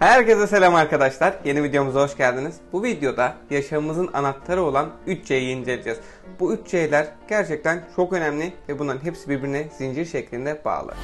Herkese selam arkadaşlar. Yeni videomuza hoş geldiniz. Bu videoda yaşamımızın anahtarı olan 3C'yi inceleyeceğiz. Bu 3C'ler gerçekten çok önemli ve bunların hepsi birbirine zincir şeklinde bağlı.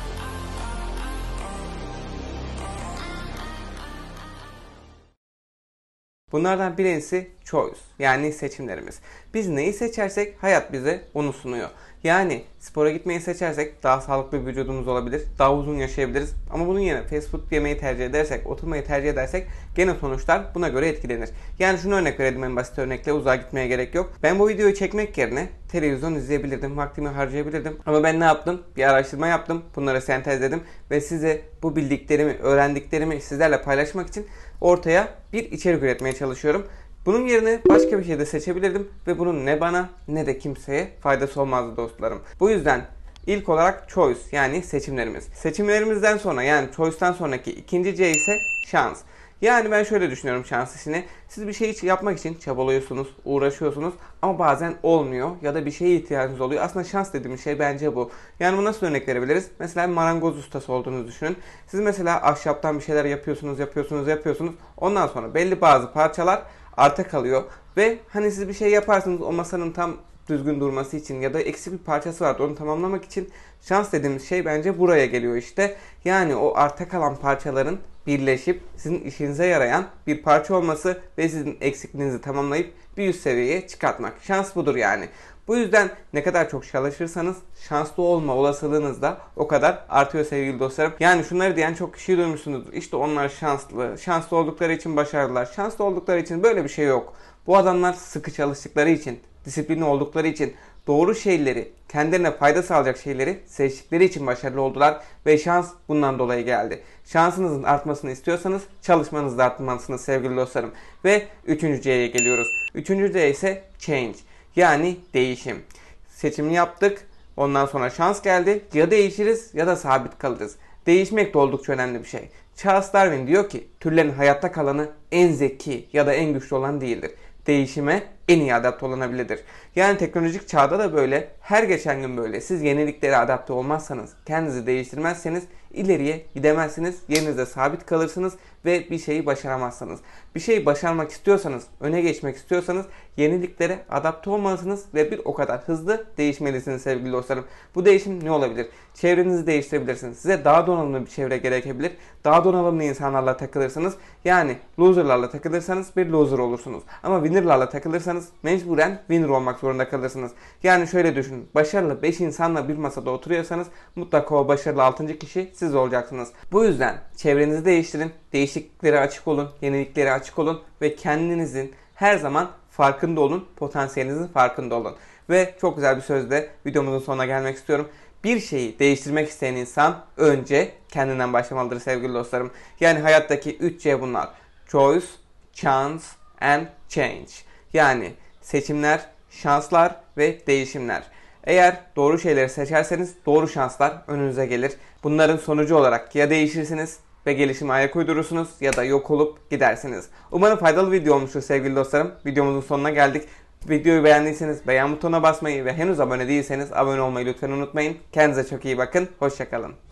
Bunlardan birincisi choice, yani seçimlerimiz. Biz neyi seçersek hayat bize onu sunuyor. Yani spora gitmeyi seçersek daha sağlıklı bir vücudumuz olabilir, daha uzun yaşayabiliriz. Ama bunun yerine fast food yemeyi tercih edersek, oturmayı tercih edersek gene sonuçlar buna göre etkilenir. Yani şunu örnek verelim, en basit örnekle, uzağa gitmeye gerek yok. Ben bu videoyu çekmek yerine televizyon izleyebilirdim, vaktimi harcayabilirdim. Ama ben ne yaptım? Bir araştırma yaptım, bunları sentezledim ve size bu bildiklerimi, öğrendiklerimi sizlerle paylaşmak için ortaya bir içerik üretmeye çalışıyorum. Bunun yerine başka bir şey de seçebilirdim ve bunun ne bana ne de kimseye faydası olmazdı dostlarım. Bu yüzden ilk olarak choice, yani seçimlerimiz. Seçimlerimizden sonra, yani choice'tan sonraki ikinci C ise şans. Yani ben şöyle düşünüyorum şans işini. Siz bir şey yapmak için çabalıyorsunuz, uğraşıyorsunuz ama bazen olmuyor ya da bir şeye ihtiyacınız oluyor. Aslında şans dediğimiz şey bence bu. Yani bu nasıl örnek verebiliriz? Mesela marangoz ustası olduğunuzu düşünün. Siz mesela ahşaptan bir şeyler yapıyorsunuz. Ondan sonra belli bazı parçalar arta kalıyor ve hani siz bir şey yaparsınız, o masanın tam düzgün durması için ya da eksik bir parçası vardı, onu tamamlamak için şans dediğimiz şey bence buraya geliyor işte. Yani o arta kalan parçaların birleşip sizin işinize yarayan bir parça olması ve sizin eksikliğinizi tamamlayıp bir üst seviyeye çıkartmak. Şans budur yani. Bu yüzden ne kadar çok çalışırsanız şanslı olma olasılığınız da o kadar artıyor sevgili dostlarım. Yani şunları diyen çok kişiyi duymuşsunuzdur. İşte onlar şanslı, şanslı oldukları için başarılılar, şanslı oldukları için böyle bir şey yok. Bu adamlar sıkı çalıştıkları için, disiplinli oldukları için, doğru şeyleri, kendilerine fayda sağlayacak şeyleri seçtikleri için başarılı oldular ve şans bundan dolayı geldi. Şansınızın artmasını istiyorsanız çalışmanızı da artmalısınız sevgili dostlarım. Ve 3. C'ye geliyoruz. 3. C ise change, yani değişim. Seçimini yaptık, ondan sonra şans geldi. Ya değişiriz ya da sabit kalırız. Değişmek de oldukça önemli bir şey. Charles Darwin diyor ki türlerin hayatta kalanı en zeki ya da en güçlü olan değildir. Değişime en iyi adapte olunabilirdir. Yani teknolojik çağda da böyle, her geçen gün böyle. Siz yeniliklere adapte olmazsanız, kendinizi değiştirmezseniz ileriye gidemezsiniz, yerinizde sabit kalırsınız ve bir şeyi başaramazsınız. Bir şeyi başarmak istiyorsanız, öne geçmek istiyorsanız yeniliklere adapte olmalısınız ve bir o kadar hızlı değişmelisiniz sevgili dostlarım. Bu değişim ne olabilir? Çevrenizi değiştirebilirsiniz. Size daha donanımlı bir çevre gerekebilir. Daha donanımlı insanlarla takılırsanız, yani loserlarla takılırsanız bir loser olursunuz. Ama winnerlarla takılırsanız mecburen winner olmak zorunda kalırsınız. Yani şöyle düşünün. Başarılı 5 insanla bir masada oturuyorsanız mutlaka o başarılı 6. kişi siz olacaksınız. Bu yüzden çevrenizi değiştirin. Değişikliklere açık olun. Yeniliklere açık olun. Ve kendinizin her zaman farkında olun. Potansiyelinizin farkında olun. Ve çok güzel bir sözle videomuzun sonuna gelmek istiyorum. Bir şeyi değiştirmek isteyen insan önce kendinden başlamalıdır sevgili dostlarım. Yani hayattaki 3C bunlar. Choice, chance and change. Yani seçimler, şanslar ve değişimler. Eğer doğru şeyleri seçerseniz doğru şanslar önünüze gelir. Bunların sonucu olarak ya değişirsiniz ve gelişime ayak uydurursunuz ya da yok olup gidersiniz. Umarım faydalı video olmuştur sevgili dostlarım. Videomuzun sonuna geldik. Videoyu beğendiyseniz beğen butonuna basmayı ve henüz abone değilseniz abone olmayı lütfen unutmayın. Kendinize çok iyi bakın. Hoşça kalın.